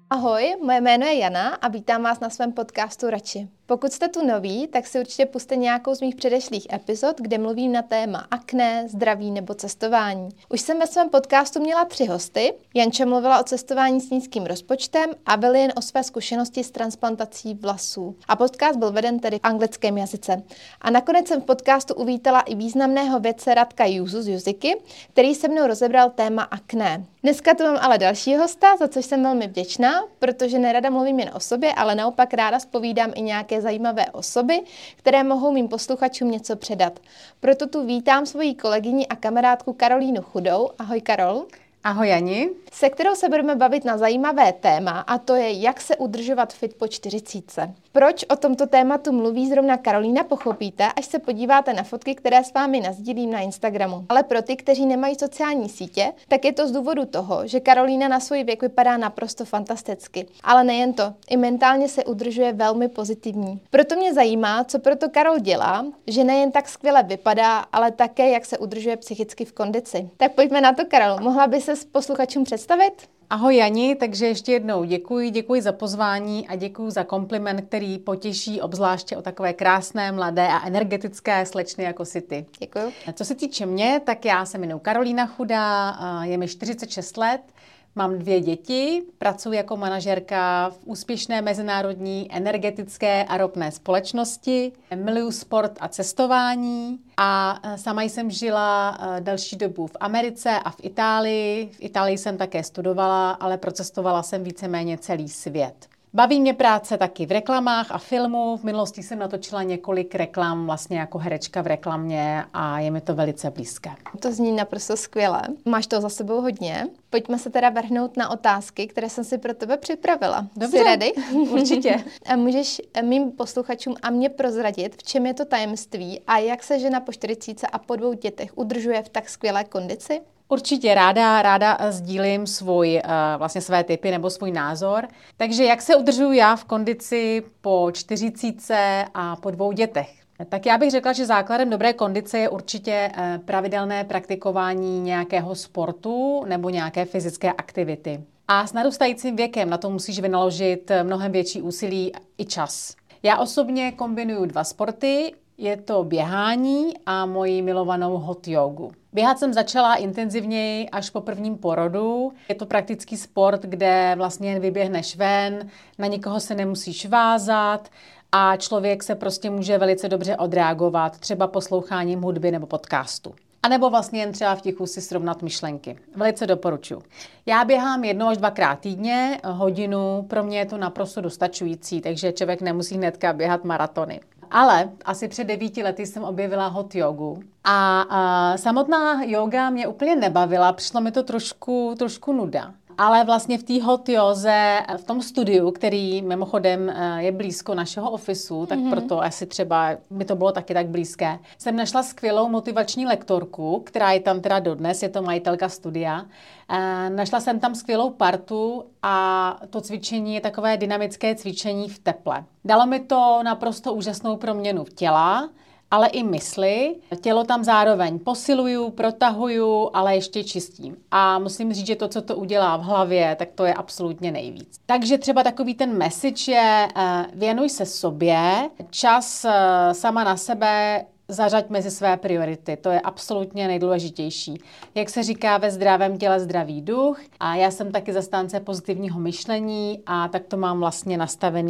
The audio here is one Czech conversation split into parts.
Ahoj, moje jméno je Jana a vítám vás na svém podcastu Radši. Pokud jste tu noví, tak si určitě pusťte nějakou z mých předešlých epizod, kde mluvím na téma akné, zdraví nebo cestování. Už jsem ve svém podcastu měla 3 hosty. Janča mluvila o cestování s nízkým rozpočtem a William o své zkušenosti s transplantací vlasů. A podcast byl veden tedy v anglickém jazyce. A nakonec jsem v podcastu uvítala i významného vědce Radka Júzu z Juziky, který se mnou rozebral téma akné. Dneska tu mám ale dalšího hosta, za což jsem velmi vděčná, protože nerada mluvím jen o sobě, ale naopak ráda zpovídám i nějaké zajímavé osoby, které mohou mým posluchačům něco předat. Proto tu vítám svoji kolegyni a kamarádku Karolínu Chudou. Ahoj Karol. Ahoj Jani. Se kterou se budeme bavit na zajímavé téma, a to je, jak se udržovat fit po 40. Proč o tomto tématu mluví zrovna Karolína, pochopíte, až se podíváte na fotky, které s vámi nasdílím na Instagramu. Ale pro ty, kteří nemají sociální sítě, tak je to z důvodu toho, že Karolína na svůj věk vypadá naprosto fantasticky. Ale nejen to, i mentálně se udržuje velmi pozitivní. Proto mě zajímá, co proto Karol dělá, že nejen tak skvěle vypadá, ale také, jak se udržuje psychicky v kondici. Tak pojďme na to, Karol. Mohla by se s posluchačům představit? Ahoj Jani, takže ještě jednou děkuji za pozvání a děkuji za kompliment, který potěší obzvláště o takové krásné, mladé a energetické slečny jako si ty. Děkuji. Co se týče mě, tak já se jmenuji Karolína Chudá, je mi 46 let, mám 2 děti, pracuji jako manažerka v úspěšné mezinárodní energetické a ropné společnosti, miluji sport a cestování a sama jsem žila delší dobu v Americe a v Itálii. V Itálii jsem také studovala, ale procestovala jsem víceméně celý svět. Baví mě práce taky v reklamách a filmu. V minulosti jsem natočila několik reklam vlastně jako herečka v reklamě a je mi to velice blízké. To zní naprosto skvěle. Máš toho za sebou hodně. Pojďme se teda vrhnout na otázky, které jsem si pro tebe připravila. Dobře, jsi ready? Určitě. A můžeš mým posluchačům a mě prozradit, v čem je to tajemství a jak se žena po 40 a po 2 dětech udržuje v tak skvělé kondici? Určitě ráda sdílím vlastně své tipy nebo svůj názor. Takže jak se udržuji já v kondici po 40 a po 2 dětech? Tak já bych řekla, že základem dobré kondice je určitě pravidelné praktikování nějakého sportu nebo nějaké fyzické aktivity. A s narůstajícím věkem na to musíš vynaložit mnohem větší úsilí i čas. Já osobně kombinuju 2 sporty. Je to běhání a moji milovanou hot jogu. Běhat jsem začala intenzivněji až po prvním porodu. Je to praktický sport, kde vlastně jen vyběhneš ven, na nikoho se nemusíš vázat a člověk se prostě může velice dobře odreagovat, třeba posloucháním hudby nebo podcastu. A nebo vlastně jen třeba v tichu si srovnat myšlenky. Velice doporučuji. Já běhám 1 až 2krát týdně, hodinu, pro mě je to naprosto dostačující, takže člověk nemusí hnedka běhat maratony. Ale asi před 9 lety jsem objevila hot jogu a samotná yoga mě úplně nebavila, přišlo mi to trošku nuda. Ale vlastně v té hot józe, v tom studiu, který mimochodem je blízko našeho ofisu, tak proto asi třeba by to bylo taky tak blízké, jsem našla skvělou motivační lektorku, která je tam teda dodnes, je to majitelka studia. Našla jsem tam skvělou partu a to cvičení je takové dynamické cvičení v teple. Dalo mi to naprosto úžasnou proměnu v těla, ale i mysli. Tělo tam zároveň posiluju, protahuju, ale ještě čistím. A musím říct, že to, co to udělá v hlavě, tak to je absolutně nejvíc. Takže třeba takový ten message je, věnuj se sobě, čas sama na sebe zařaď mezi své priority. To je absolutně nejdůležitější. Jak se říká, ve zdravém těle zdravý duch. A já jsem taky zastánce pozitivního myšlení a tak to mám vlastně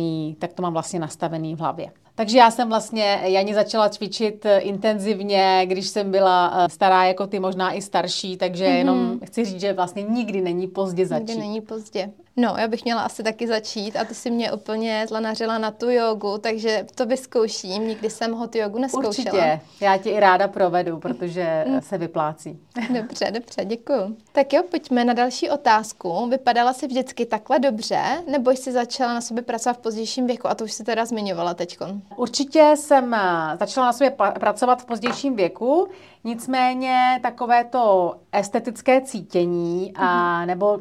nastavený v hlavě. Takže já jsem vlastně Jani začala cvičit intenzivně, když jsem byla stará jako ty, možná i starší, takže jenom chci říct, že vlastně nikdy není pozdě začít. Nikdy není pozdě. No, já bych měla asi taky začít a ty si mě úplně zlanařila na tu jogu, takže to vyzkouším. Nikdy jsem hot jogu neskoušela. Určitě. Já tě i ráda provedu, protože se vyplácí. Dobře, děkuju. Tak jo, pojďme na další otázku. Vypadala jsi vždycky takhle dobře, nebo jsi začala na sobě pracovat v pozdějším věku? A to už jsi teda zmiňovala teďkon. Určitě jsem začala na sobě pracovat v pozdějším věku, nicméně takové to estetické cítění nebo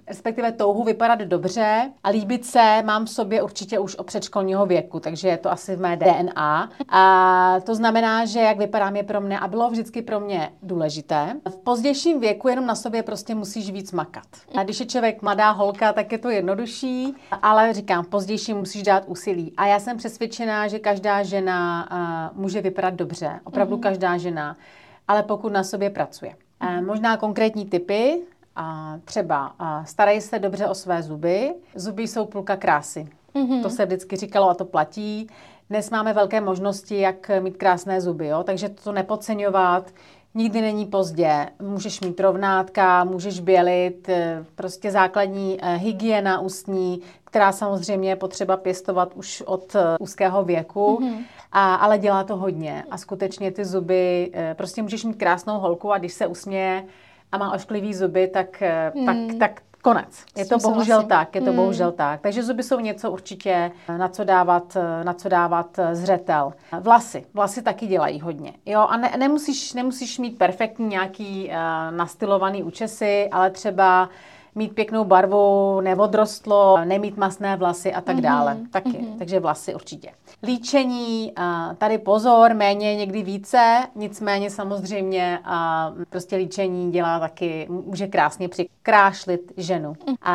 respektive touhu vypadat dobře a líbit se mám v sobě určitě už od předškolního věku, takže je to asi v mé DNA. A to znamená, že jak vypadám je pro mě a bylo vždycky pro mě důležité. V pozdějším věku jenom na sobě prostě musíš víc makat. A když je člověk mladá holka, tak je to jednodušší, ale říkám, v pozdějším musíš dát úsilí. A já jsem přesvědčená, že každá žena může vypadat dobře, opravdu každá žena, ale pokud na sobě pracuje. Možná konkrétní tipy, třeba starej se dobře o své zuby. Zuby jsou půlka krásy. To se vždycky říkalo a to platí. Dnes máme velké možnosti, jak mít krásné zuby, jo? Takže to nepodceňovat. Nikdy není pozdě. Můžeš mít rovnátka, můžeš bělit, prostě základní hygiena ústní, která samozřejmě je potřeba pěstovat už od úzkého věku, ale dělá to hodně. A skutečně ty zuby, prostě můžeš mít krásnou holku a když se usměje a má ošklivý zuby, tak konec. Je to bohužel tak. Takže zuby jsou něco určitě, na co dávat zřetel. Vlasy taky dělají hodně. Jo, a nemusíš mít perfektní nějaký nastylovaný účesy, ale třeba mít pěknou barvu, neodrostlo, nemít masné vlasy a tak dále. Taky. Takže vlasy určitě. Líčení, tady pozor, méně někdy více, nicméně samozřejmě prostě líčení dělá taky, může krásně přikrášlit ženu.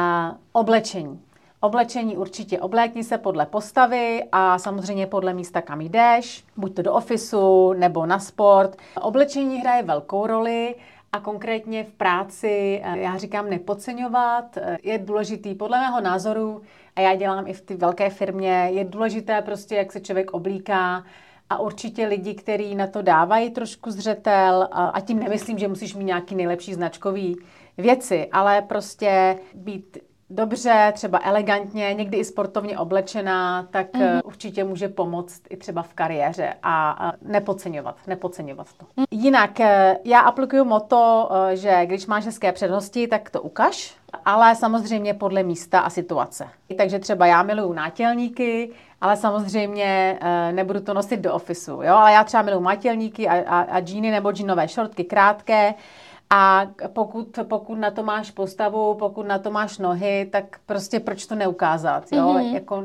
Oblečení určitě oblékni se podle postavy a samozřejmě podle místa, kam jdeš, buď to do ofisu nebo na sport. Oblečení hraje velkou roli. A konkrétně v práci, já říkám nepodceňovat, je důležitý podle mého názoru, a já dělám i v té velké firmě, je důležité prostě, jak se člověk oblíká a určitě lidi, kteří na to dávají trošku zřetel, a tím nemyslím, že musíš mít nějaký nejlepší značkový věci, ale prostě být dobře, třeba elegantně, někdy i sportovně oblečená, tak určitě může pomoct i třeba v kariéře a nepodceňovat to. Jinak, já aplikuju motto, že když máš hezké přednosti, tak to ukaž, ale samozřejmě podle místa a situace. Takže třeba já miluju nátělníky, ale samozřejmě nebudu to nosit do ofisu, jo? Ale já třeba miluju nátělníky a džíny nebo džínové šortky krátké. A pokud na to máš postavu, pokud na to máš nohy, tak prostě proč to neukázat, jo? Jako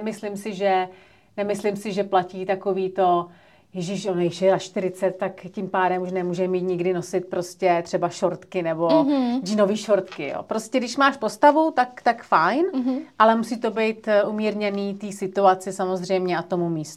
nemyslím si, že platí takový to, ježiš, on je až 40, tak tím pádem už nemůže mít nikdy nosit prostě třeba šortky nebo džínový šortky, jo? Prostě když máš postavu, tak fajn, ale musí to být umírněný té situaci samozřejmě a tomu místu.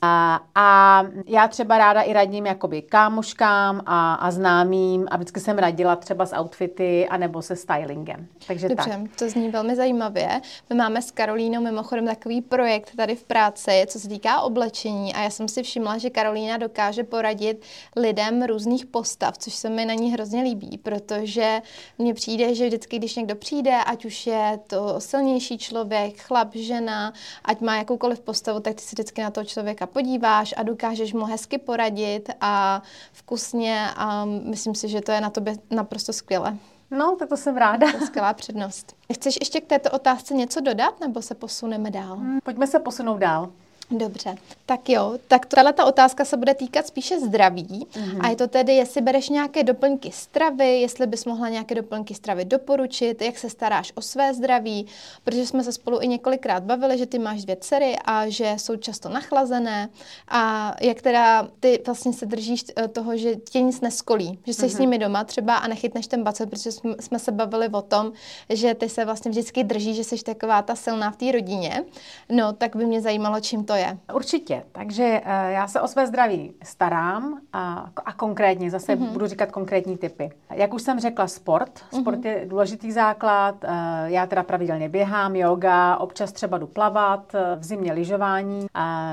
A já třeba ráda i radím jakoby kámoškám a známým a vždycky jsem radila třeba s outfity anebo se stylingem. Takže dobře, tak. To zní velmi zajímavě. My máme s Karolínou mimochodem takový projekt tady v práci, co se týká oblečení a já jsem si všimla, že Karolína dokáže poradit lidem různých postav, což se mi na ní hrozně líbí, protože mně přijde, že vždycky, když někdo přijde, ať už je to silnější člověk, chlap, žena, ať má jakoukoliv postavu, tak ty se vždycky na toho člověka podíváš a dokážeš mu hezky poradit a vkusně a myslím si, že to je na tobě naprosto skvěle. No, tak to jsem ráda. To je skvělá přednost. Chceš ještě k této otázce něco dodat, nebo se posuneme dál? Pojďme se posunout dál. Dobře, tak jo, tak tato otázka se bude týkat spíše zdraví a je to tedy, jestli bereš nějaké doplňky stravy, jestli bys mohla nějaké doplňky stravy doporučit, jak se staráš o své zdraví, protože jsme se spolu i několikrát bavili, že ty máš 2 dcery a že jsou často nachlazené a jak teda ty vlastně se držíš toho, že tě nic neskolí, že jsi s nimi doma třeba a nechytneš ten bacil, protože jsme se bavili o tom, že ty se vlastně vždycky držíš, že jsi taková ta silná v té rodině, no tak by mě zajímalo, čím to je. Určitě, takže já se o své zdraví starám a konkrétně, zase budu říkat konkrétní tipy. Jak už jsem řekla, sport je důležitý základ, já teda pravidelně běhám, yoga, občas třeba jdu plavat, v zimě lyžování.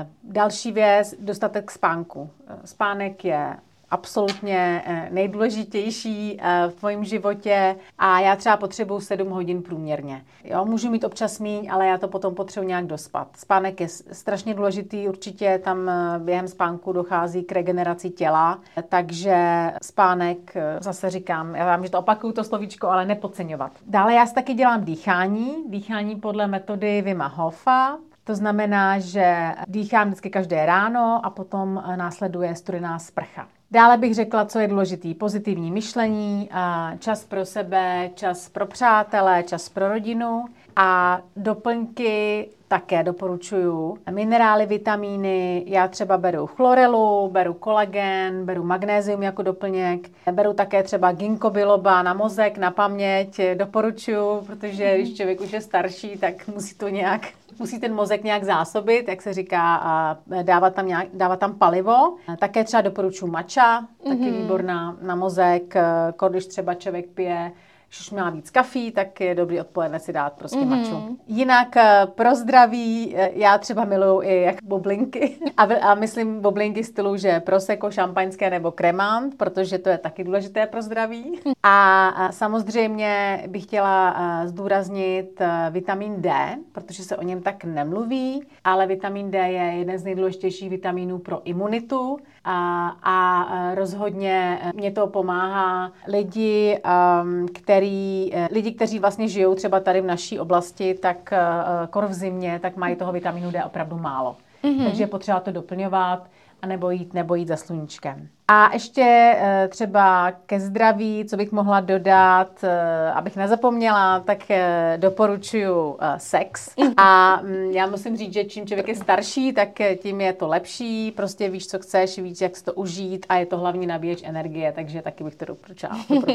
Další věc, dostatek spánku. Spánek je absolutně nejdůležitější v mém životě a já třeba potřebuju 7 hodin průměrně. Jo, můžu mít občas míň, ale já to potom potřebuji nějak dospat. Spánek je strašně důležitý, určitě tam během spánku dochází k regeneraci těla, takže spánek, zase říkám, já vám, že to opakuju to slovíčko, ale nepodceňovat. Dále já si taky dělám dýchání podle metody Wima Hofa. To znamená, že dýchám vždycky každé ráno a potom následuje studená sprcha. Dále bych řekla, co je důležitý. Pozitivní myšlení, čas pro sebe, čas pro přátele, čas pro rodinu a doplňky také doporučuju. Minerály, vitamíny, já třeba beru chlorelu, beru kolagen, beru magnézium jako doplněk, beru také třeba ginkgo biloba na mozek, na paměť, doporučuju, protože když člověk už je starší, tak musí ten mozek nějak zásobit, jak se říká, a dávat tam palivo. Také třeba doporučuji matcha, taky výborná na mozek, když třeba člověk pije, když už má víc kafí, tak je dobrý odpoledne si dát prostě matchu. Jinak pro zdraví já třeba miluju i jak bublinky a myslím bublinky stylu, že prosecco, šampaňské nebo kremant, protože to je taky důležité pro zdraví. A samozřejmě bych chtěla zdůraznit vitamin D, protože se o něm tak nemluví, ale vitamin D je jeden z nejdůležitějších vitamínů pro imunitu a rozhodně mě to pomáhá lidi, kteří vlastně žijou třeba tady v naší oblasti, tak kor v zimě, tak mají toho vitamínu D opravdu málo. Takže je potřeba to doplňovat a nebo jít za sluníčkem. A ještě třeba ke zdraví, co bych mohla dodat, abych nezapomněla, tak doporučuju sex. A já musím říct, že čím člověk je starší, tak tím je to lepší. Prostě víš, co chceš, víš, jak si to užít a je to hlavní nabíječ energie, takže taky bych to doporučila.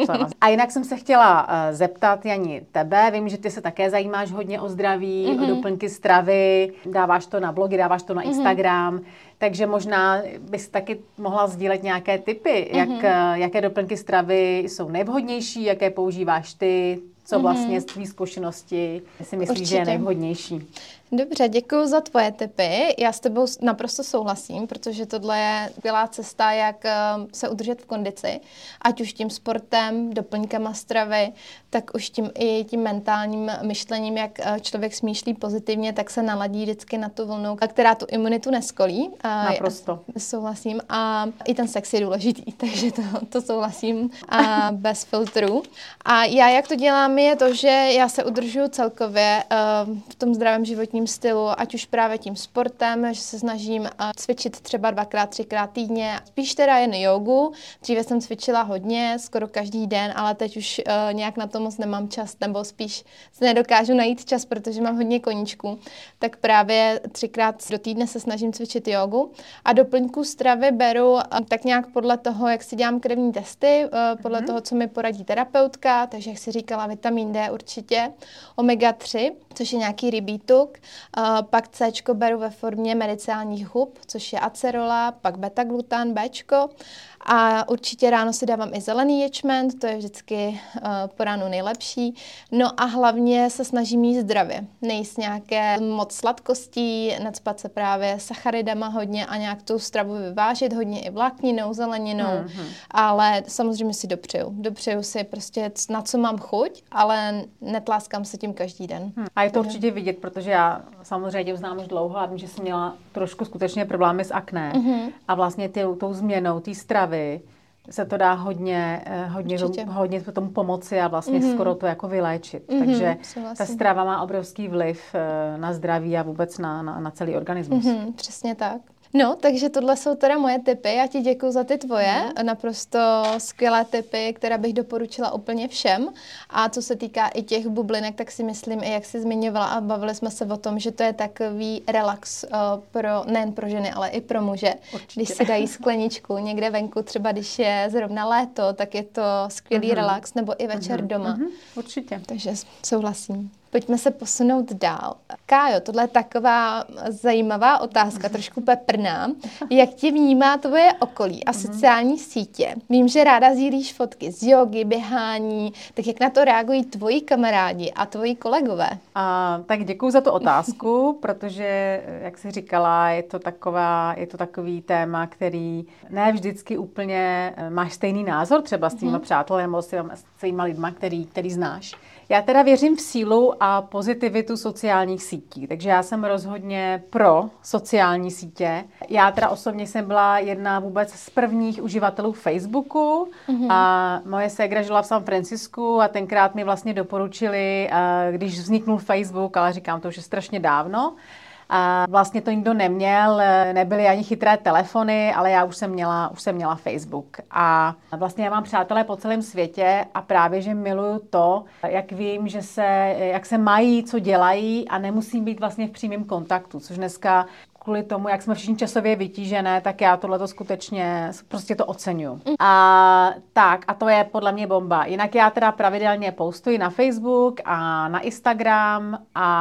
A jinak jsem se chtěla zeptat, Jani, tebe. Vím, že ty se také zajímáš hodně o zdraví, o doplňky stravy, dáváš to na blogy, dáváš to na Instagram. Takže možná bys taky mohla sdílet nějaké tipy, jaké doplňky stravy jsou nejvhodnější, jaké používáš ty, co vlastně z tvý zkušenosti si myslíš, že je nejvhodnější. Dobře, děkuji za tvoje tipy. Já s tebou naprosto souhlasím, protože tohle je skvělá cesta, jak se udržet v kondici. Ať už tím sportem, doplňkama stravy, tak už tím mentálním myšlením, jak člověk smýšlí pozitivně, tak se naladí vždycky na tu vlnu, která tu imunitu neskolí. Naprosto. Souhlasím. A i ten sex je důležitý, takže to souhlasím a bez filtrů. A já, jak to dělám, je to, že já se udržuju celkově v tom zdravém životním stylu, ať už právě tím sportem, že se snažím cvičit třeba 2x, 3x týdně. Spíš teda jen jogu. Dříve jsem cvičila hodně, skoro každý den, ale teď už nějak na to moc nemám čas, nebo spíš se nedokážu najít čas, protože mám hodně koníčků. Tak právě 3x do týdne se snažím cvičit jogu. A doplňku stravy beru tak nějak podle toho, jak si dělám krevní testy, podle toho, co mi poradí terapeutka, takže jak si říkala, vitamin D určitě, omega-3, což je nějaký rybí tuk, pak Cčko beru ve formě medicinálních hub, což je acerola, pak beta-glutan, Bčko a určitě ráno si dávám i zelený ječmen, to je vždycky po ránu nejlepší. No a hlavně se snažím jíst zdravě, nejíst nějaké moc sladkostí, necpat se právě sacharidama hodně a nějak tu stravu vyvážit, hodně i vlákninou, zeleninou, ale samozřejmě si dopřeju si prostě na co mám chuť, ale netláskám se tím každý den. A je to určitě vidět, protože já samozřejmě znám už dlouho a vím, že jsem měla trošku skutečně problémy s akné a vlastně tou změnou té stravy se to dá hodně tomu pomoci a vlastně skoro to jako vyléčit. Takže ta strava má obrovský vliv na zdraví a vůbec na celý organismus. Přesně tak. No, takže tohle jsou teda moje tipy. Já ti děkuju za ty tvoje, naprosto skvělé tipy, které bych doporučila úplně všem. A co se týká i těch bublinek, tak si myslím, i jak jsi zmiňovala a bavili jsme se o tom, že to je takový relax nejen pro ženy, ale i pro muže. Určitě. Když si dají skleničku někde venku, třeba když je zrovna léto, tak je to skvělý relax, nebo i večer doma. Určitě. Takže souhlasím. Pojďme se posunout dál. Kájo, tohle je taková zajímavá otázka, trošku peprná. Jak tě vnímá tvoje okolí a sociální sítě? Vím, že ráda sdílíš fotky z jogy, běhání, tak jak na to reagují tvoji kamarádi a tvoji kolegové? Tak děkuju za tu otázku, protože, jak jsi říkala, je to takový téma, který ne vždycky úplně máš stejný názor třeba s tvýma přáteli nebo s těma lidma, který znáš. Já teda věřím v sílu a pozitivitu sociálních sítí, takže já jsem rozhodně pro sociální sítě. Já teda osobně jsem byla jedna vůbec z prvních uživatelů Facebooku a moje ségra žila v San Francisku a tenkrát mi vlastně doporučili, když vzniknul Facebook, ale říkám, to už je strašně dávno, A vlastně to nikdo neměl, nebyly ani chytré telefony, ale já už jsem měla Facebook. A vlastně já mám přátelé po celém světě a právě, že miluju to, jak vím, jak se mají, co dělají a nemusím být vlastně v přímém kontaktu, což dneska kvůli tomu, jak jsme všichni časově vytížené, tak já tohleto skutečně prostě to oceňuju. A to je podle mě bomba. Jinak já teda pravidelně postuji na Facebook a na Instagram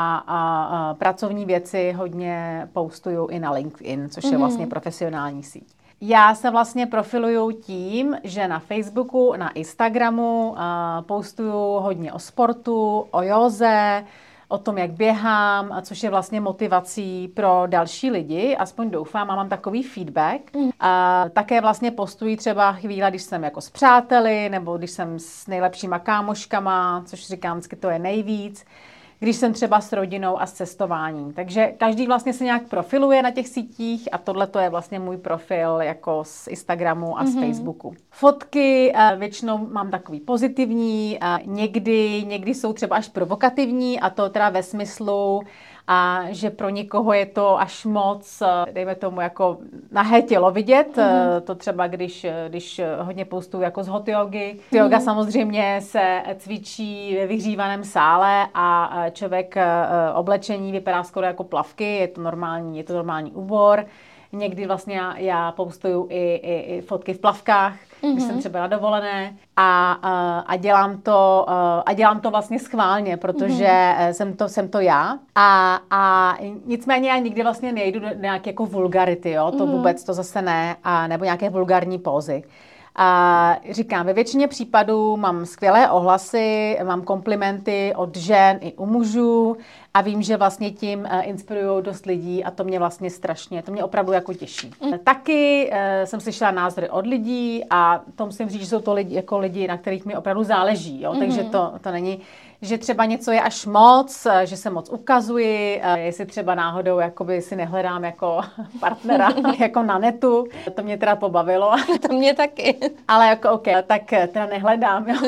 a pracovní věci hodně postuju i na LinkedIn, což je vlastně profesionální síť. Já se vlastně profiluju tím, že na Facebooku, na Instagramu postuju hodně o sportu, o józe, o tom, jak běhám, což je vlastně motivací pro další lidi, aspoň doufám, a mám takový feedback. A také vlastně postuji třeba chvíle, když jsem jako s přáteli, nebo když jsem s nejlepšíma kámoškama, což říkám, vždycky to je nejvíc, když jsem třeba s rodinou a s cestováním. Takže každý vlastně se nějak profiluje na těch sítích a tohle to je vlastně můj profil jako z Instagramu a z Facebooku. Fotky většinou mám takový pozitivní, někdy jsou třeba až provokativní a to teda ve smyslu, a že pro někoho je to až moc, dejme tomu, jako nahé tělo vidět. To třeba, když hodně postuju jako z hot jogy. Yoga samozřejmě se cvičí ve vyhřívaném sále a člověk oblečení vypadá skoro jako plavky, je to normální úbor. Někdy vlastně já postuju i fotky v plavkách, když jsem třeba na dovolené a dělám to vlastně schválně, protože jsem to já. A nicméně já nikdy vlastně nejdu do nějaké jako vulgarity, jo? To vůbec to zase ne, nebo nějaké vulgarní pózy. A říkám, ve většině případů mám skvělé ohlasy, mám komplimenty od žen i u mužů a vím, že vlastně tím inspirují dost lidí a to mě vlastně to mě opravdu jako těší. Taky jsem slyšela názory od lidí a to musím říct, že jsou to lidi, na kterých mi opravdu záleží, jo? Takže to není, že třeba něco je až moc, že se moc ukazuji, jestli třeba náhodou jakoby si nehledám jako partnera jako na netu. To mě teda pobavilo. To mě taky. Ale jako OK, tak teda nehledám. Jo.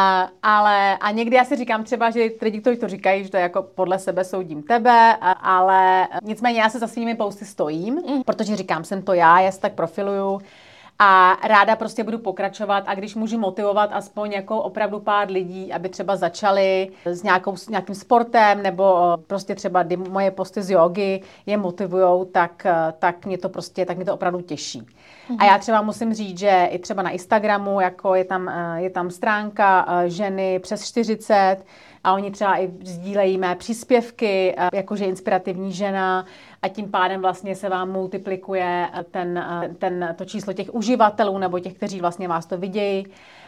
A někdy já si říkám třeba, že lidi, kteří to říkají, že to je jako podle sebe soudím tebe, ale nicméně já se za svými posty stojím, protože říkám, jsem to já se tak profiluju. A ráda prostě budu pokračovat a když můžu motivovat aspoň jako opravdu pár lidí, aby třeba začali s nějakým sportem nebo prostě třeba moje posty z jógy je motivujou, tak mě to opravdu těší. A já třeba musím říct, že i třeba na Instagramu jako je tam stránka ženy přes 40 a oni třeba i sdílejí mé příspěvky, jakože inspirativní žena a tím pádem vlastně se vám multiplikuje to číslo těch uživatelů nebo těch, kteří vlastně vás to vidějí.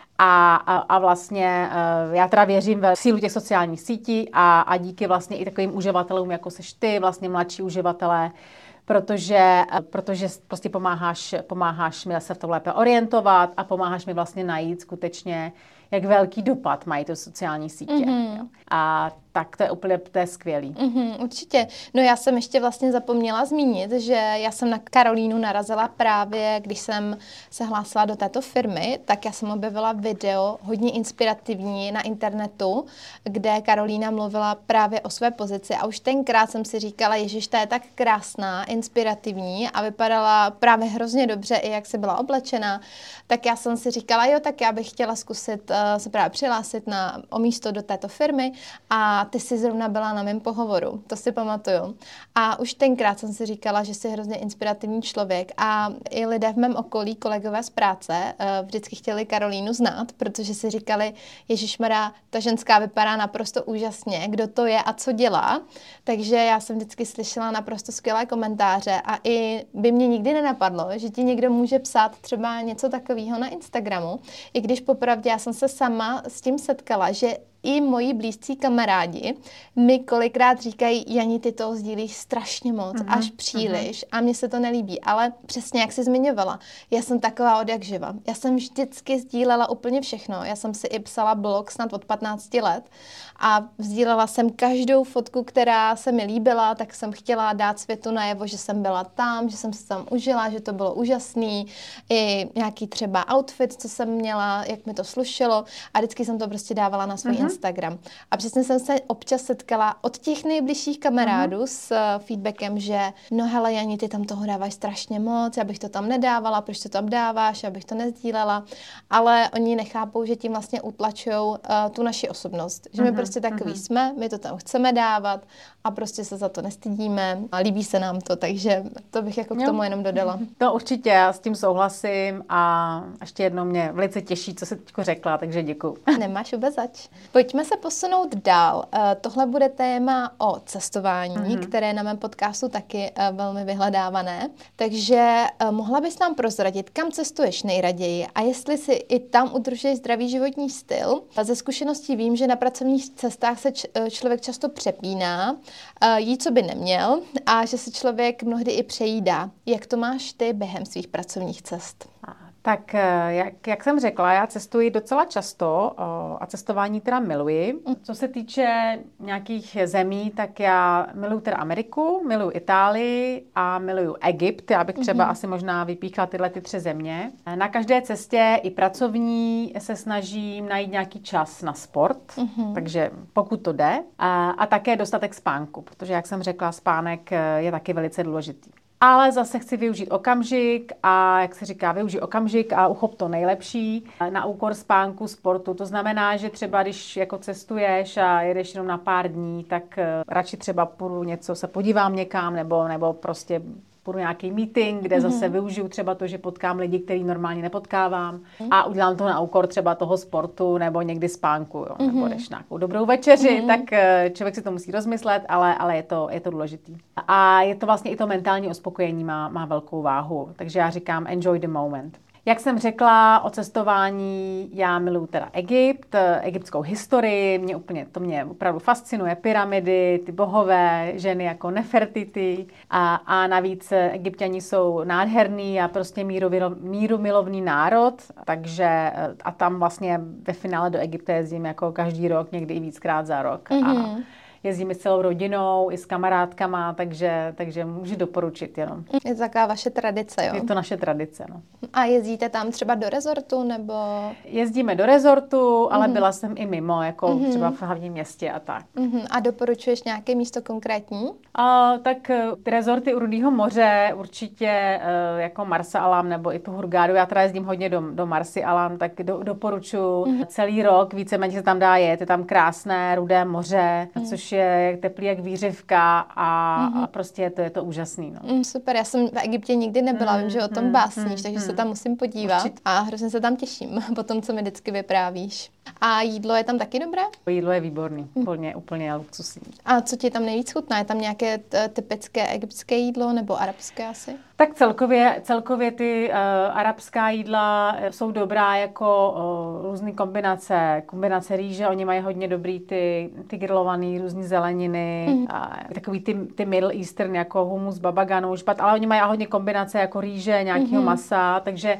A vlastně já teda věřím ve sílu těch sociálních sítí a díky vlastně i takovým uživatelům, jako seš ty, vlastně mladší uživatelé, protože prostě pomáháš mi se v tom lépe orientovat a pomáháš mi vlastně najít skutečně, jak velký dopad mají ty sociální sítě. A tak to je skvělý. Určitě. No já jsem ještě vlastně zapomněla zmínit, že já jsem na Karolínu narazila právě, když jsem se hlásila do této firmy, tak já jsem objevila video hodně inspirativní na internetu, kde Karolína mluvila právě o své pozici a už tenkrát jsem si říkala, ježiš, ta je tak krásná, inspirativní a vypadala právě hrozně dobře, i jak se byla oblečená, tak já jsem si říkala, jo, tak já bych chtěla zkusit se právě přihlásit o místo do této firmy a ty jsi zrovna byla na mém pohovoru, to si pamatuju. A už tenkrát jsem si říkala, že jsi hrozně inspirativní člověk a i lidé v mém okolí, kolegové z práce, vždycky chtěli Karolínu znát, protože si říkali, ježišmarja, ta ženská vypadá naprosto úžasně, kdo to je a co dělá. Takže já jsem vždycky slyšela naprosto skvělé komentáře a i by mě nikdy nenapadlo, že ti někdo může psát třeba něco takového na Instagramu, i když popravdě já jsem se sama s tím setkala, že i moji blízcí kamarádi mi kolikrát říkají, Jani, ty toho sdílíš strašně moc, až příliš a mně se to nelíbí, ale přesně jak jsi zmiňovala, já jsem taková od jak živa. Já jsem vždycky sdílela úplně všechno, já jsem si i psala blog snad od 15 let a sdílela jsem každou fotku, která se mi líbila, tak jsem chtěla dát světu najevo, že jsem byla tam, že jsem se tam užila, že to bylo úžasný, i nějaký třeba outfit, co jsem měla, jak mi to slušelo a vždycky jsem to prostě dávala na svůj Instagram Instagram. A přesně jsem se občas setkala od těch nejbližších kamarádů s feedbackem, že no hele Jani, ty tam toho dáváš strašně moc, já bych to tam nedávala, proč to tam dáváš, abych to nezdílela, ale oni nechápou, že tím vlastně utlačujou tu naši osobnost, že my prostě takový jsme, my to tam chceme dávat a prostě se za to nestydíme a líbí se nám to, takže to bych jako k tomu jenom dodala. To určitě, já s tím souhlasím a ještě jednou mě velice těší, co jsi teď řekla, takže děkuju. Nemáš vůbec zač. Pojďme se posunout dál. Tohle bude téma o cestování, které na mém podcastu taky velmi vyhledávané. Takže mohla bys nám prozradit, kam cestuješ nejraději a jestli si i tam udržuješ zdravý životní styl. Ze zkušeností vím, že na pracovních cestách se člověk často přepíná, jí, co by neměl a že se člověk mnohdy i přejídá. Jak to máš ty během svých pracovních cest? Tak jak jsem řekla, já cestuji docela často a cestování teda miluji. Co se týče nějakých zemí, tak já miluji teda Ameriku, miluji Itálii a miluji Egypt. Já bych třeba asi možná vypíchla tyhle 3 země. Na každé cestě i pracovní se snažím najít nějaký čas na sport, takže pokud to jde. A také dostatek spánku, protože jak jsem řekla, spánek je taky velice důležitý. Ale zase chci využít okamžik a, jak se říká, využij okamžik a uchop to nejlepší na úkor spánku, sportu. To znamená, že třeba když jako cestuješ a jedeš jenom na pár dní, tak radši třeba půjdu něco, se podívám někam nebo prostě půjdu nějaký meeting, kde zase využiju třeba to, že potkám lidi, který normálně nepotkávám a udělám to na úkor třeba toho sportu nebo někdy spánku, jo, nebo jdeš nějakou dobrou večeři, tak člověk si to musí rozmyslet, ale je to důležitý. A je to vlastně i to mentální uspokojení má velkou váhu, takže já říkám enjoy the moment. Jak jsem řekla o cestování, já miluji teda Egypt, egyptskou historii, to mě opravdu fascinuje, pyramidy, ty bohové ženy jako Nefertiti a navíc Egypťani jsou nádherný a prostě mírumilovný národ, takže a tam vlastně ve finále do Egypta jezdím jako každý rok, někdy i víckrát za rok. A jezdíme s celou rodinou, i s kamarádkama, takže můžu doporučit jenom. Je to taková vaše tradice, jo? Je to naše tradice, no. A jezdíte tam třeba do rezortu, nebo? Jezdíme do rezortu, ale byla jsem i mimo, jako třeba v hlavním městě a tak. A doporučuješ nějaké místo konkrétní? Tak ty rezorty u Rudého moře určitě jako Marsa Alam nebo i tu Hurgádu. Já teda jezdím hodně do Marsy Alam, tak doporučuji celý rok, víceméně se tam dá jet, je tam krásné Rudé moře, což je teplý jak vířivka a prostě je to úžasný. No. Super, já jsem v Egyptě nikdy nebyla, vím, že o tom básníš, takže se tam musím podívat a hrozně se tam těším po tom, co mi vždycky vyprávíš. A jídlo je tam taky dobré? Jídlo je výborný, úplně luxusní. A co ti tam nejvíc chutná? Je tam nějaké typické egyptské jídlo nebo arabské asi? Tak celkově ty arabská jídla jsou dobrá jako různé kombinace rýže, oni mají hodně dobrý ty grilovaný různý zeleniny, takový ty Middle Eastern jako humus, baba ganoush, ale oni mají hodně kombinace jako rýže, nějakého masa,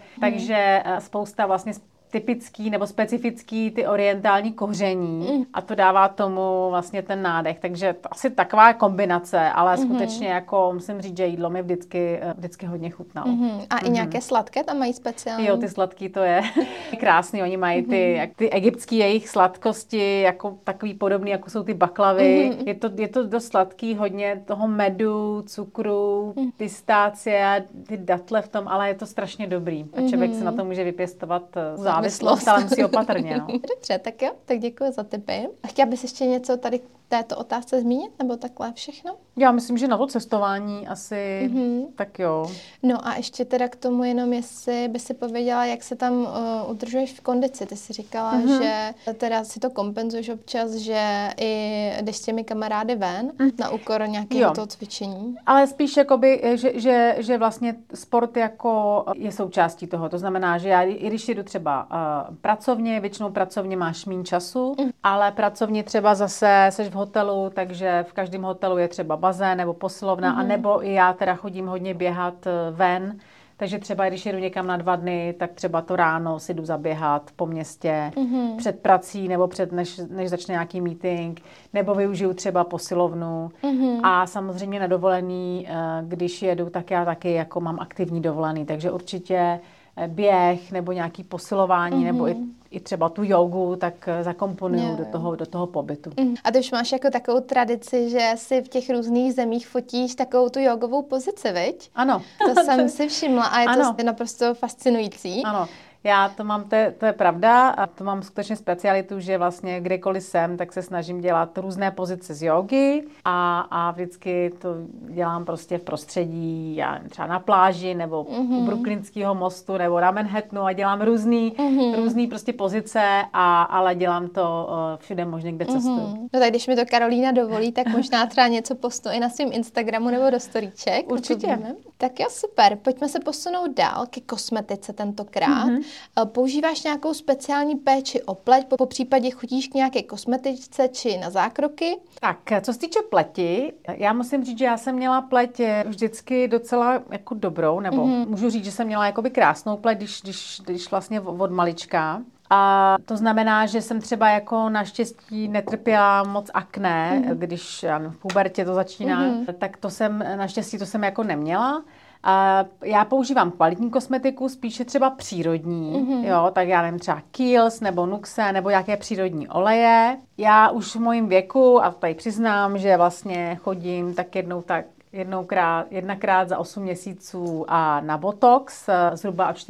takže spousta vlastně typický nebo specifický ty orientální koření a to dává tomu vlastně ten nádech. Takže to asi taková kombinace, ale skutečně jako musím říct, že jídlo mi vždycky hodně chutnalo. A i nějaké sladké tam mají speciální? Jo, ty sladký to je krásný. Oni mají ty egyptský jejich sladkosti jako takový podobný, jako jsou ty baklavy. Je to dost sladký, hodně toho medu, cukru, pistácie, ty datle v tom, ale je to strašně dobrý. A člověk se na to může vypěstovat závislost, ale musí opatrně. No. Dobře, tak jo, tak děkuji za tipy. A chtěla bys ještě něco tady této otázce zmínit, nebo takhle všechno? Já myslím, že na to cestování asi, tak jo. No a ještě teda k tomu jenom, jestli by si pověděla, jak se tam udržuješ v kondici. Ty jsi říkala, že teda si to kompenzuješ občas, že i jdeš s těmi kamarády ven na úkor nějakého toho cvičení. Ale spíš jakoby, že vlastně sport jako je součástí toho. To znamená, že já, i když jdu třeba pracovně, většinou pracovně máš méně času, ale pracovně třeba zase seš v hotelu, takže v každém hotelu je třeba bazén nebo posilovna, a nebo i já teda chodím hodně běhat ven, takže třeba když jedu někam na 2 dny, tak třeba to ráno si jdu zaběhat po městě před prací nebo než začne nějaký meeting, nebo využiju třeba posilovnu. A samozřejmě na dovolený, když jedu, tak já taky jako mám aktivní dovolený, takže určitě běh nebo nějaký posilování nebo i třeba tu jogu, tak zakomponuju do toho pobytu. A ty už máš jako takovou tradici, že si v těch různých zemích fotíš takovou tu jogovou pozici, viď? Ano. To jsem si všimla a je to naprosto fascinující. Ano. Já to mám, to je pravda, a to mám skutečně specialitu, že vlastně kdekoliv jsem, tak se snažím dělat různé pozice z jógy a vždycky to dělám prostě v prostředí, já třeba na pláži nebo u Brooklynského mostu nebo na Manhattanu a dělám různý prostě pozice, ale dělám to všude možně, kde cestuju. No tak když mi to Karolína dovolí, tak možná třeba něco postnu i na svém Instagramu nebo do storíček. Určitě. Tak jo, super. Pojďme se posunout dál ke kosmetice tentokrát. Používáš nějakou speciální péči o pleť, po případě chodíš k nějaké kosmetičce či na zákroky? Tak, co se týče pleti, já musím říct, že já jsem měla pleť vždycky docela jako dobrou, nebo můžu říct, že jsem měla jakoby krásnou pleť, když vlastně od malička. A to znamená, že jsem třeba jako naštěstí netrpěla moc akné, když v pubertě to začíná, tak to jsem jako neměla. A já používám kvalitní kosmetiku, spíše třeba přírodní, jo, tak já nevím, třeba Kiehl's nebo Nuxe nebo nějaké přírodní oleje. Já už v mojím věku, a tady přiznám, že vlastně chodím tak jednakrát za 8 měsíců a na botox, zhruba od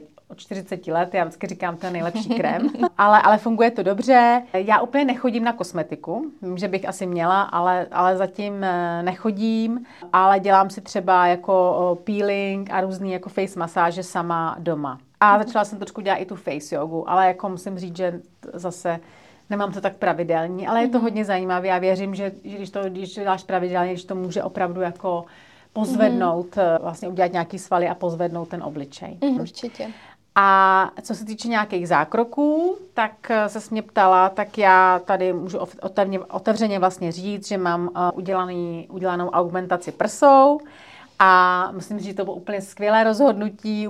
40 let, já vždycky říkám, to je nejlepší krém, ale funguje to dobře. Já úplně nechodím na kosmetiku, vím, že bych asi měla, ale zatím nechodím, ale dělám si třeba jako peeling a různý jako face masáže sama doma. A začala jsem trošku dělat i tu face jogu, ale jako musím říct, že zase nemám to tak pravidelně, ale je to hodně zajímavé. Já věřím, že když to děláš pravidelně, když to může opravdu jako pozvednout, vlastně udělat nějaký svaly a pozvednout ten obličej. Určitě. A co se týče nějakých zákroků, tak se mě ptala, tak já tady můžu otevřeně vlastně říct, že mám udělanou augmentaci prsou a musím říct, že to bylo úplně skvělé rozhodnutí,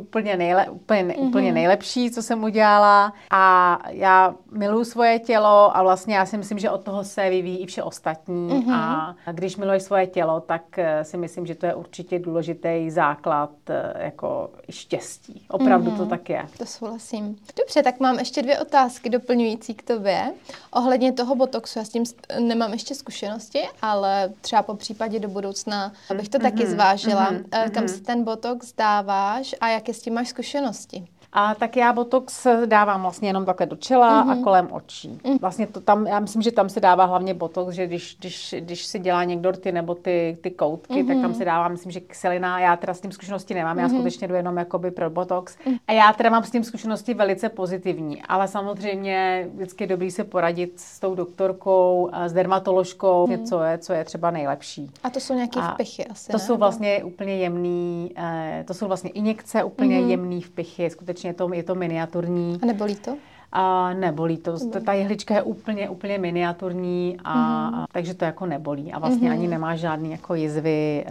úplně nejlepší, co jsem udělala. A já miluji svoje tělo a vlastně já si myslím, že od toho se vyvíjí i vše ostatní. A když miluješ svoje tělo, tak si myslím, že to je určitě důležitý základ jako štěstí. Opravdu to tak je. To souhlasím. Dobře, tak mám ještě 2 otázky doplňující k tobě. Ohledně toho botoxu, já s tím nemám ještě zkušenosti, ale třeba po případě do budoucna bych to taky zvážila. Kam si ten botox dáváš a jaké s tím máš zkušenosti? A tak já botox dávám vlastně jenom takhle do čela a kolem očí. Vlastně to tam, já myslím, že tam se dává hlavně botox, že když si dělá někdo rty nebo ty koutky, tak tam se dává, myslím, že kyselina. Já teda s tím zkušenosti nemám, já skutečně jdu jenom jakoby pro botox. A já teda mám s tím zkušenosti velice pozitivní, ale samozřejmě vždycky je dobrý se poradit s tou doktorkou, s dermatoložkou, co je třeba nejlepší. A to jsou nějaké vpichy asi, To jsou vlastně úplně jemný, to jsou vlastně injekce, úplně jemný vpichy, skutečně je to miniaturní. A nebolí to? A nebolí to. Ta jehlička je úplně miniaturní, takže to jako nebolí. A vlastně ani nemá žádný jako jizvy,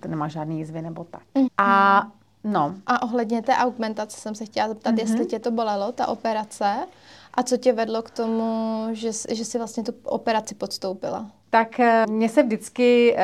nebo tak. A ohledně té augmentace jsem se chtěla zeptat, jestli tě to bolelo, ta operace, a co tě vedlo k tomu, že jsi vlastně tu operaci podstoupila? Tak mně se vždycky,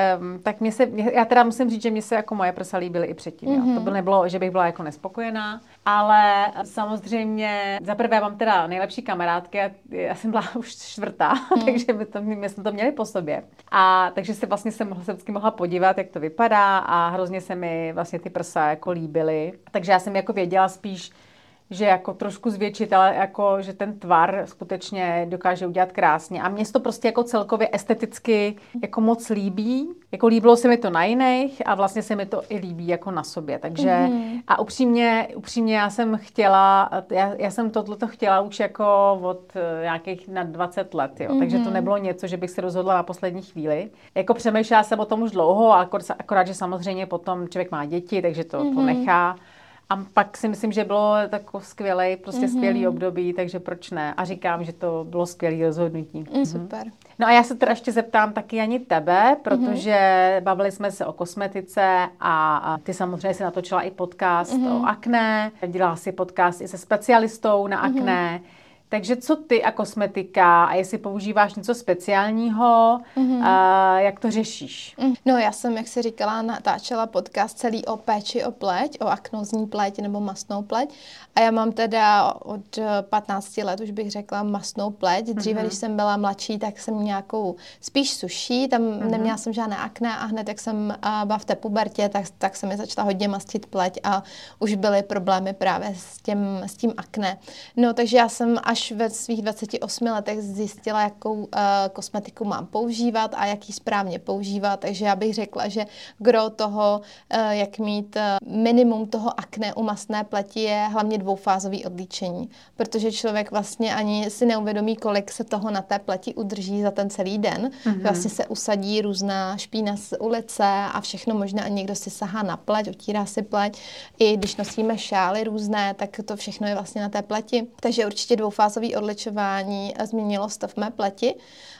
já teda musím říct, že mně se jako moje prsa líbily i předtím. Jo. To by nebylo, že bych byla jako nespokojená, ale samozřejmě zaprvé mám teda nejlepší kamarádky a já jsem byla už 4, takže my jsme to měli po sobě. A takže se vždycky mohla podívat, jak to vypadá a hrozně se mi vlastně ty prsa jako líbily. Takže já jsem jako věděla spíš, že jako trošku zvětšit, ale jako, že ten tvar skutečně dokáže udělat krásně. A mně se to prostě jako celkově esteticky jako moc líbí. Jako líbilo se mi to na jiných a vlastně se mi to i líbí jako na sobě. Takže a upřímně já jsem tohleto chtěla už jako od nějakých na 20 let, jo. Takže to nebylo něco, že bych se rozhodla na poslední chvíli. Jako přemýšlela jsem o tom už dlouho, akorát, že samozřejmě potom člověk má děti, takže to nechá. A pak si myslím, že bylo takový skvělý období, takže proč ne? A říkám, že to bylo skvělé rozhodnutí. Super. No a já se teda ještě zeptám taky ani tebe, protože bavili jsme se o kosmetice a ty samozřejmě si natočila i podcast o akné, dělala si podcast i se specialistou na akné. Takže co ty a kosmetika a jestli používáš něco speciálního, jak to řešíš? No já jsem, jak jsi říkala, natáčela podcast celý o péči o pleť, o aknózní pleť nebo mastnou pleť a já mám teda od 15 let, už bych řekla, mastnou pleť. Dříve, když jsem byla mladší, tak jsem nějakou spíš suší, tam neměla jsem žádné akné a hned, jak jsem byla v té pubertě, tak se mi začala hodně mastit pleť a už byly problémy právě s tím akné. No takže já jsem až ve svých 28 letech zjistila, jakou kosmetiku mám používat a jak ji správně používat, takže já bych řekla, že gro toho, jak mít minimum toho akné u mastné pleti je hlavně dvoufázový odlíčení, protože člověk vlastně ani si neuvědomí, kolik se toho na té pleti udrží za ten celý den. Vlastně se usadí různá špína z ulice a všechno možná, a někdo si sahá na pleť, otírá si pleť. I když nosíme šály různé, tak to všechno je vlastně na té pleti. Takže určitě dvoufázové odličování změnilo stav mé pleti.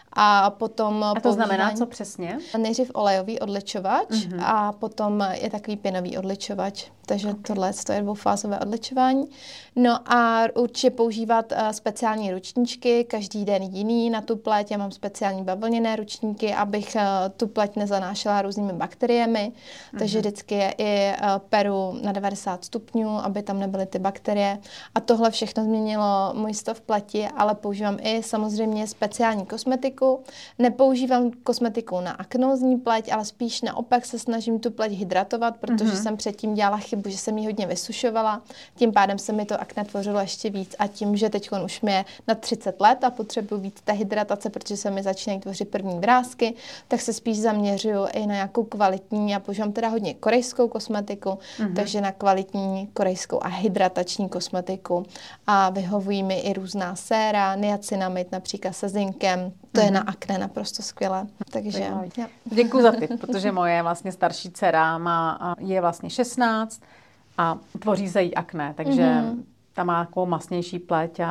A potom a to znamená co přesně? Nejdřív olejový odličovač a potom je takový pěnový odličovač. Takže tohle je dvoufázové odličování. No a určitě používat speciální ručníčky, každý den jiný na tu pleť. Já mám speciální bavlněné ručníky, abych tu pleť nezanášela různými bakteriemi. Takže vždycky je i peru na 90 stupňů, aby tam nebyly ty bakterie. A tohle všechno změnilo můj stav pleti, ale používám i samozřejmě speciální kosmetiku. Nepoužívám kosmetiku na aknózní pleť, ale spíš naopak se snažím tu pleť hydratovat, protože jsem předtím dělala chybu, že jsem ji hodně vysušovala. Tím pádem se mi to akné tvořilo ještě víc a tím, že teď už mi je na 30 let a potřebuji víc té hydratace, protože se mi začínají tvořit první vrásky, tak se spíš zaměřuju i na nějakou kvalitní. Já používám teda hodně korejskou kosmetiku, takže na kvalitní korejskou a hydratační kosmetiku. A vyhovují mi i různá séra, niacinamid například se zinkem. To je na akné naprosto skvělé. Takže děkuji za tip, protože moje vlastně starší dcera je vlastně 16 a tvoří se jí akné, takže ta má takovou masnější pleť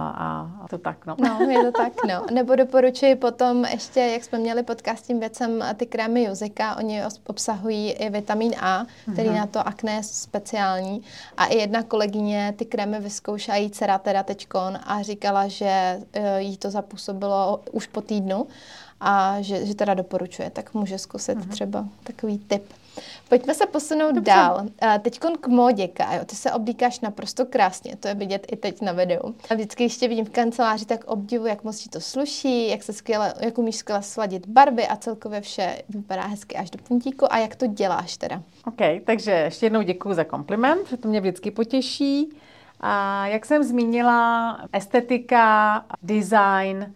a to tak, no. No, je to tak, no. Nebo doporučuji potom ještě, jak jsme měli podcast s tím věcem, ty krémy Juzika, oni obsahují i vitamin A, který na to akné je speciální. A i jedna kolegyně ty krémy vyzkoušela, jí dcera teda teďkon a říkala, že jí to zapůsobilo už po týdnu a že teda doporučuje, tak může zkusit třeba takový tip. Pojďme se posunout dál. Teďkon k módě, Kájo. Ty se oblíkáš naprosto krásně, to je vidět i teď na videu. A vždycky, když tě vidím v kanceláři, tak obdivuji, jak moc ti to sluší, jak umíš skvěle sladit barvy a celkově vše vypadá hezky až do puntíku. A jak to děláš teda? OK, takže ještě jednou děkuji za kompliment, že to mě vždycky potěší. A jak jsem zmínila, estetika, design,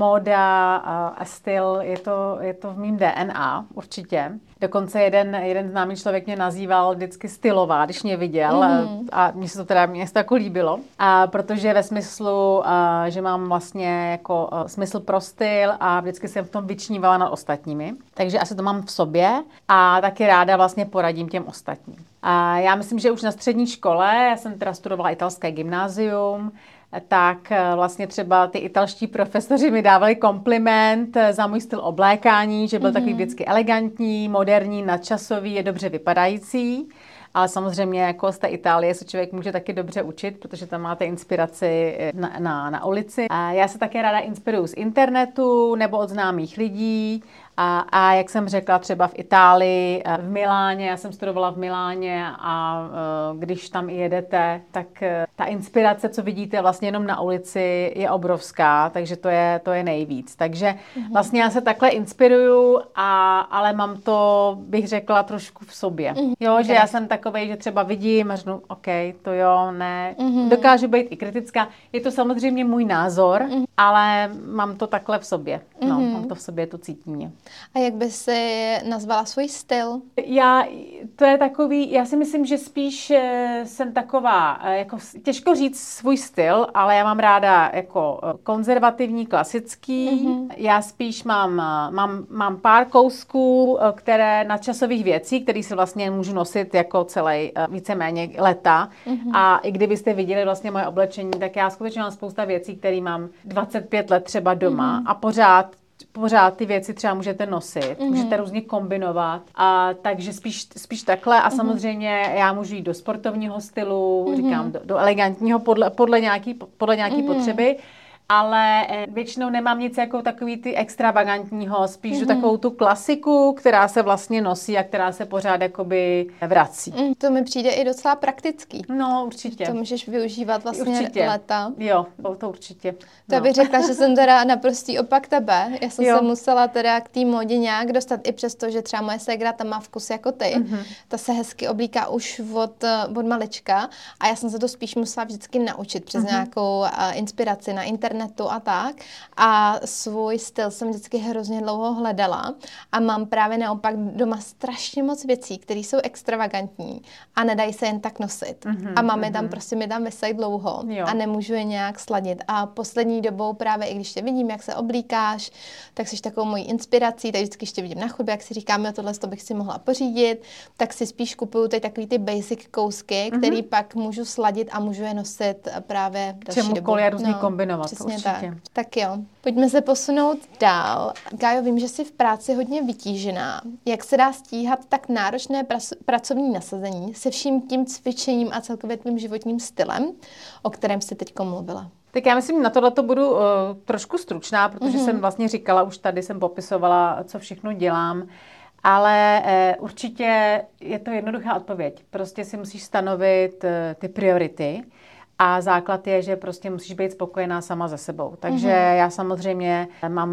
móda a styl, je to v mým DNA určitě. Dokonce jeden známý člověk mě nazýval vždycky stylová, když mě viděl a mně se to jako líbilo. A protože ve smyslu, že mám vlastně jako smysl pro styl a vždycky jsem v tom vyčnívala nad ostatními. Takže asi to mám v sobě a taky ráda vlastně poradím těm ostatním. A já myslím, že už na střední škole, já jsem teda studovala italské gymnázium, tak vlastně třeba ty italští profesoři mi dávali kompliment za můj styl oblékání, že byl takový vždycky elegantní, moderní, nadčasový, je dobře vypadající. Ale samozřejmě jako z té Itálie se člověk může taky dobře učit, protože tam máte inspiraci na ulici. A já se také ráda inspiruju z internetu nebo od známých lidí. A jak jsem řekla, třeba v Itálii, v Miláně, já jsem studovala v Miláně a když tam jedete, tak ta inspirace, co vidíte vlastně jenom na ulici, je obrovská, takže to je nejvíc. Takže vlastně já se takhle inspiruju, ale mám to, bych řekla, trošku v sobě. Jo, že já jsem takovej, že třeba vidím a řeknu, OK, to jo, ne. Dokážu být i kritická. Je to samozřejmě můj názor, ale mám to takhle v sobě. No, mám to v sobě, to cítí mě. A jak by si nazvala svůj styl? Já si myslím, že spíš jsem taková, jako těžko říct svůj styl, ale já mám ráda jako konzervativní, klasický. Já spíš mám pár kousků, které nadčasových věcí, které si vlastně můžu nosit jako celý víceméně leta. A i kdybyste viděli vlastně moje oblečení, tak já skutečně mám spousta věcí, které mám 25 let třeba doma a pořád ty věci třeba můžete nosit, můžete různě kombinovat, takže spíš takhle a samozřejmě já můžu jít do sportovního stylu, říkám do elegantního podle nějaký potřeby, ale většinou nemám nic jako takový ty extravagantního, spíš takovou tu klasiku, která se vlastně nosí a která se pořád jakoby vrací. To mi přijde i docela praktický. No, určitě. To můžeš využívat vlastně určitě. leta. Jo, to určitě. To bych řekla, že jsem teda naprostý opak tebe. Já jsem se musela teda k té módě nějak dostat, i přesto, že třeba moje ségra tam má vkus jako ty. Ta se hezky oblíká už od malička a já jsem se to spíš musela vždycky naučit přes nějakou inspiraci na internetu a tak. A svůj styl jsem vždycky hrozně dlouho hledala a mám právě naopak doma strašně moc věcí, které jsou extravagantní a nedají se jen tak nosit. A máme tam prostě mi tam vysají dlouho a nemůžu je nějak sladit. A poslední dobou právě, i když tě vidím, jak se oblíkáš, tak jsi takovou mojí inspirací, tak vždycky ještě vidím na chodbě, jak si říkám, jo, tohle to bych si mohla pořídit, tak si spíš kupuju teď takový ty basic kousky, který pak můžu sladit a můžu je nosit právě další dobu. Čemukoliv různý kombinovat, přesně určitě. Tak jo. Pojďme se posunout dál. Gájo, vím, že jsi v práci hodně vytížená. Jak se dá stíhat tak náročné pracovní nasazení se vším tím cvičením a celkově tvým životním stylem, o kterém jsi teď mluvila? Tak já myslím, na tohleto budu trošku stručná, protože jsem vlastně říkala, už tady jsem popisovala, co všechno dělám, ale určitě je to jednoduchá odpověď. Prostě si musíš stanovit ty priority a základ je, že prostě musíš být spokojená sama se sebou. Takže já samozřejmě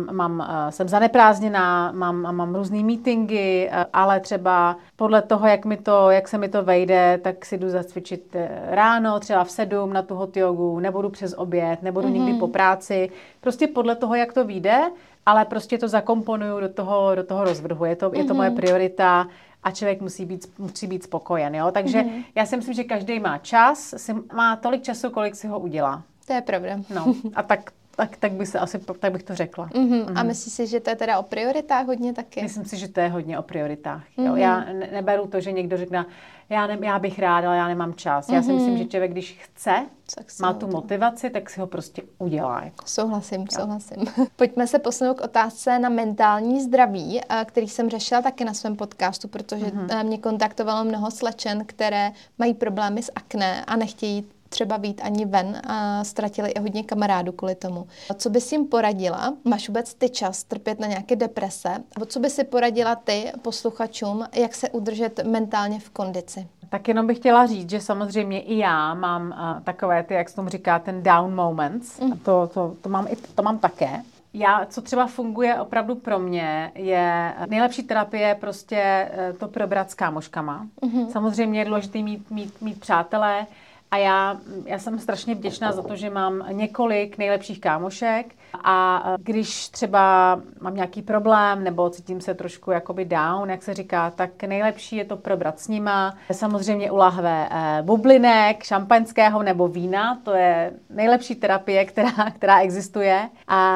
jsem zaneprázdněná, mám různý meetingy, ale třeba podle toho, jak se mi to vejde, tak si jdu zacvičit ráno, třeba v 7 na tu hot jogu, nebudu přes oběd, nebudu nikdy po práci. Prostě podle toho, jak to vyjde, ale prostě to zakomponuju do toho rozvrhu. Je to moje priorita. A člověk musí být spokojen, jo? Takže já si myslím, že každý má čas, má tolik času, kolik si ho udělá. To je pravda. No, a tak bych to řekla. A myslíš si, že to je teda o prioritách hodně taky? Myslím si, že to je hodně o prioritách. Jo? Já neberu to, že někdo řekne, já bych rád, ale já nemám čas. Já si myslím, že člověk, když chce, má tu motivaci, tak si ho prostě udělá. Jako. Souhlasím. Pojďme se posunout k otázce na mentální zdraví, který jsem řešila taky na svém podcastu, protože mě kontaktovalo mnoho slečen, které mají problémy s akné a nechtějí třeba vyjít ani ven a ztratili i hodně kamarádů kvůli tomu. Co bys jim poradila? Máš vůbec ty čas trpět na nějaké deprese? A co by si poradila ty posluchačům, jak se udržet mentálně v kondici? Tak jenom bych chtěla říct, že samozřejmě i já mám takové ty, jak se tomu říká, ten down moments. To mám také. Co třeba funguje opravdu pro mě, je nejlepší terapie prostě to probrat s kámoškama. Samozřejmě je důležité mít přátelé. A já jsem strašně vděčná za to, že mám několik nejlepších kámošek a když třeba mám nějaký problém nebo cítím se trošku jakoby down, jak se říká, tak nejlepší je to probrat s nima. Samozřejmě u lahve bublinek, šampaňského nebo vína, to je nejlepší terapie, která existuje.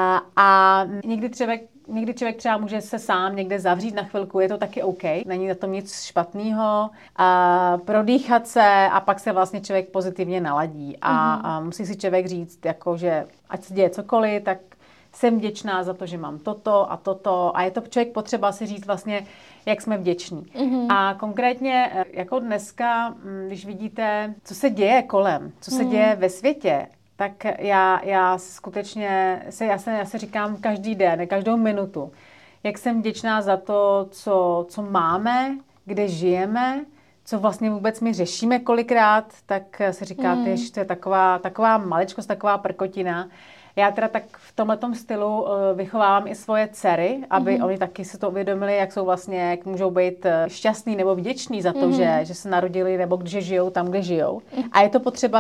A někdy člověk třeba může se sám někde zavřít na chvilku, je to taky OK, není na tom nic špatného, prodýchat se a pak se vlastně člověk pozitivně naladí a musí si člověk říct, jako, že ať se děje cokoliv, tak jsem vděčná za to, že mám toto a je to člověk potřeba si říct vlastně, jak jsme vděční. A konkrétně jako dneska, když vidíte, co se děje kolem, co se děje ve světě, tak já skutečně já se říkám každý den, každou minutu, jak jsem vděčná za to, co máme, kde žijeme, co vlastně vůbec my řešíme kolikrát, tak se říkáte, že to je taková maličkost, taková prkotina. Já teda tak v tomhletom stylu vychovávám i svoje dcery, aby oni taky si to uvědomili, jak můžou být šťastný nebo vděční za to, že se narodili nebo že žijou tam, kde žijou. A je to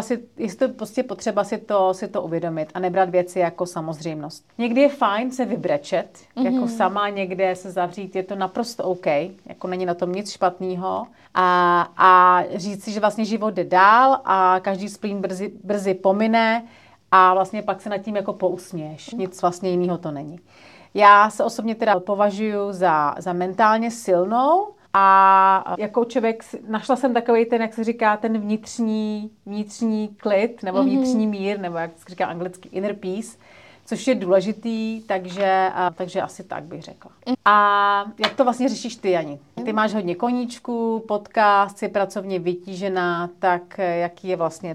potřeba si to uvědomit a nebrat věci jako samozřejmost. Někdy je fajn se vybrečet, jako sama někde se zavřít, je to naprosto OK, jako není na tom nic špatného. A říct si, že vlastně život jde dál a každý splín brzy pomine, a vlastně pak se nad tím jako pousměješ. Nic vlastně jiného to není. Já se osobně teda považuji za mentálně silnou a jako člověk našla jsem takový ten, jak se říká, ten vnitřní klid nebo vnitřní mír, nebo jak se říká anglicky inner peace, což je důležitý, takže asi tak bych řekla. A jak to vlastně řešíš ty, Jani? Ty máš hodně koníčků, podcast, jsi pracovně vytížená, tak jaký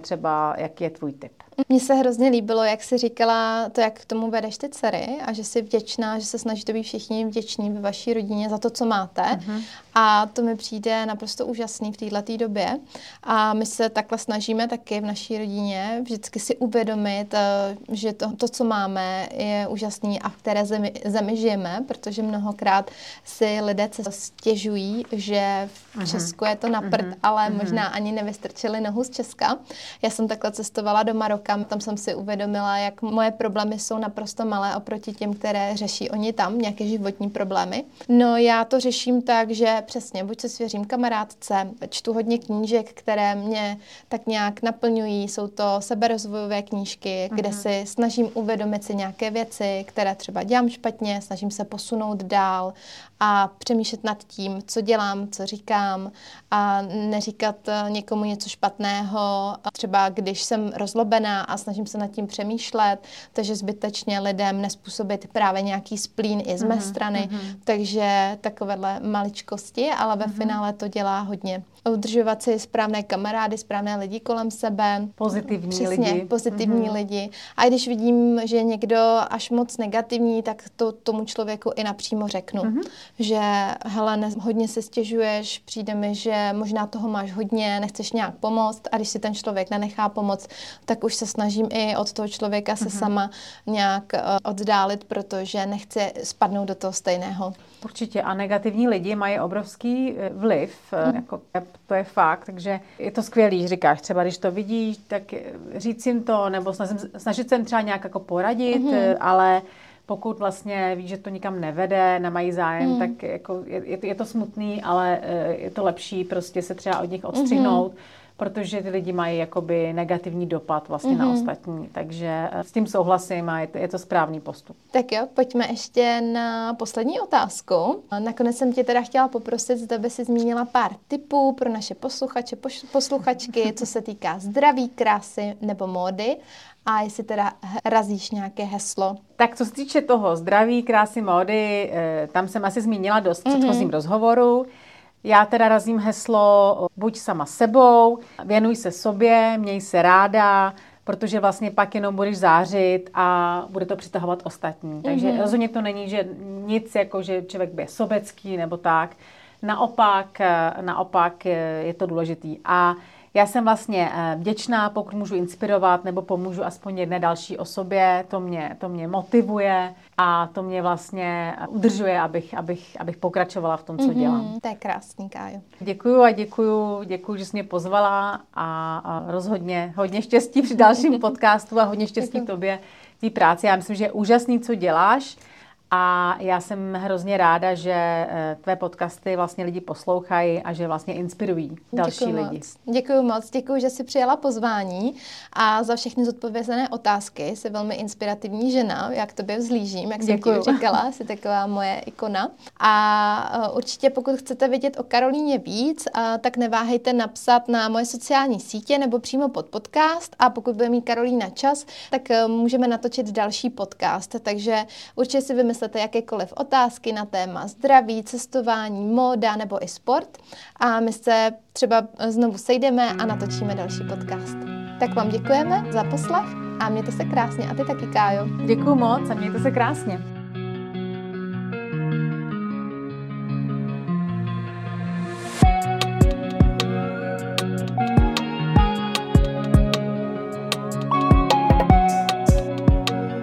je tvůj tip? Mně se hrozně líbilo, jak jsi říkala to, jak k tomu vedeš ty dcery a že jsi vděčná, že se snažíte být všichni vděční ve vaší rodině za to, co máte. A to mi přijde naprosto úžasný v této době. A my se takhle snažíme taky v naší rodině vždycky si uvědomit, že to, co máme, je úžasný a v které zemi žijeme, protože mnohokrát si lidé stěžují, že v Česku je to na prd, ale možná ani nevystrčili nohu z Česka. Já jsem takhle cestovala do Maroka, tam jsem si uvědomila, jak moje problémy jsou naprosto malé oproti těm, které řeší oni tam, nějaké životní problémy. No já to řeším tak, že přesně, buď se svěřím kamarádce, čtu hodně knížek, které mě tak nějak naplňují, jsou to seberozvojové knížky, kde si snažím uvědomit si nějaké věci, které třeba dělám špatně, snažím se posunout dál a přemýšlet nad tím, co dělám, co říkám a neříkat někomu něco špatného, třeba když jsem rozlobená a snažím se nad tím přemýšlet, takže zbytečně lidem nespůsobit právě nějaký splín i z mé strany, takže takovéhle maličkosti, ale ve finále to dělá hodně. Udržovat si správné kamarády, správné lidi kolem sebe. Pozitivní lidi. A když vidím, že je někdo až moc negativní, tak to tomu člověku i napřímo řeknu. Že hele, hodně se stěžuješ, přijde mi, že možná toho máš hodně, nechceš nějak pomoct a když si ten člověk nenechá pomoct, tak už se snažím i od toho člověka se sama nějak oddálit, protože nechci spadnout do toho stejného. Určitě a negativní lidi mají obrovský vliv, jako to je fakt, takže je to skvělý, říkáš, třeba když to vidíš, tak říct jim to, nebo snažit se jim třeba nějak jako poradit, ale pokud vlastně víš, že to nikam nevede, nemají zájem, tak jako je to smutný, ale je to lepší prostě se třeba od nich odstřihnout, protože ty lidi mají jakoby negativní dopad vlastně na ostatní. Takže s tím souhlasím a je to správný postup. Tak jo, pojďme ještě na poslední otázku. Nakonec jsem tě teda chtěla poprosit, zda by si zmínila pár tipů pro naše posluchače, posluchačky, co se týká zdraví, krásy nebo módy. A jestli teda razíš nějaké heslo. Tak co se týče toho zdraví, krásy, módy, tam jsem asi zmínila dost v předchozím rozhovoru. Já teda razím heslo buď sama sebou, věnuj se sobě, měj se ráda, protože vlastně pak jenom budeš zářit a bude to přitahovat ostatní. Takže rozhodně to není, že nic jako, že člověk bude sobecký nebo tak. Naopak je to důležitý. A já jsem vlastně vděčná, pokud můžu inspirovat nebo pomůžu aspoň jedné další osobě, to mě motivuje a to mě vlastně udržuje, abych pokračovala v tom, co dělám. To je krásný, Kájo. Děkuju a děkuju, že jsi mě pozvala a rozhodně hodně štěstí při dalším podcastu a hodně štěstí tobě v té práci. Já myslím, že je úžasný, co děláš. A já jsem hrozně ráda, že tvé podcasty vlastně lidi poslouchají a že vlastně inspirují další lidi. Děkuju moc, děkuju, že jsi přijala pozvání a za všechny zodpovězené otázky. Jsi velmi inspirativní žena, jak tobě vzlížím, jak jsem ti už říkala, jsi taková moje ikona. A určitě pokud chcete vědět o Karolíně víc, tak neváhejte napsat na moje sociální sítě nebo přímo pod podcast a pokud bude mít Karolína čas, tak můžeme natočit další podcast. Takže určitě si vymyslete jakékoliv otázky na téma zdraví, cestování, móda nebo i sport a my se třeba znovu sejdeme a natočíme další podcast. Tak vám děkujeme za poslech a mějte se krásně a ty taky, Kájo. Děkuju moc a mějte se krásně.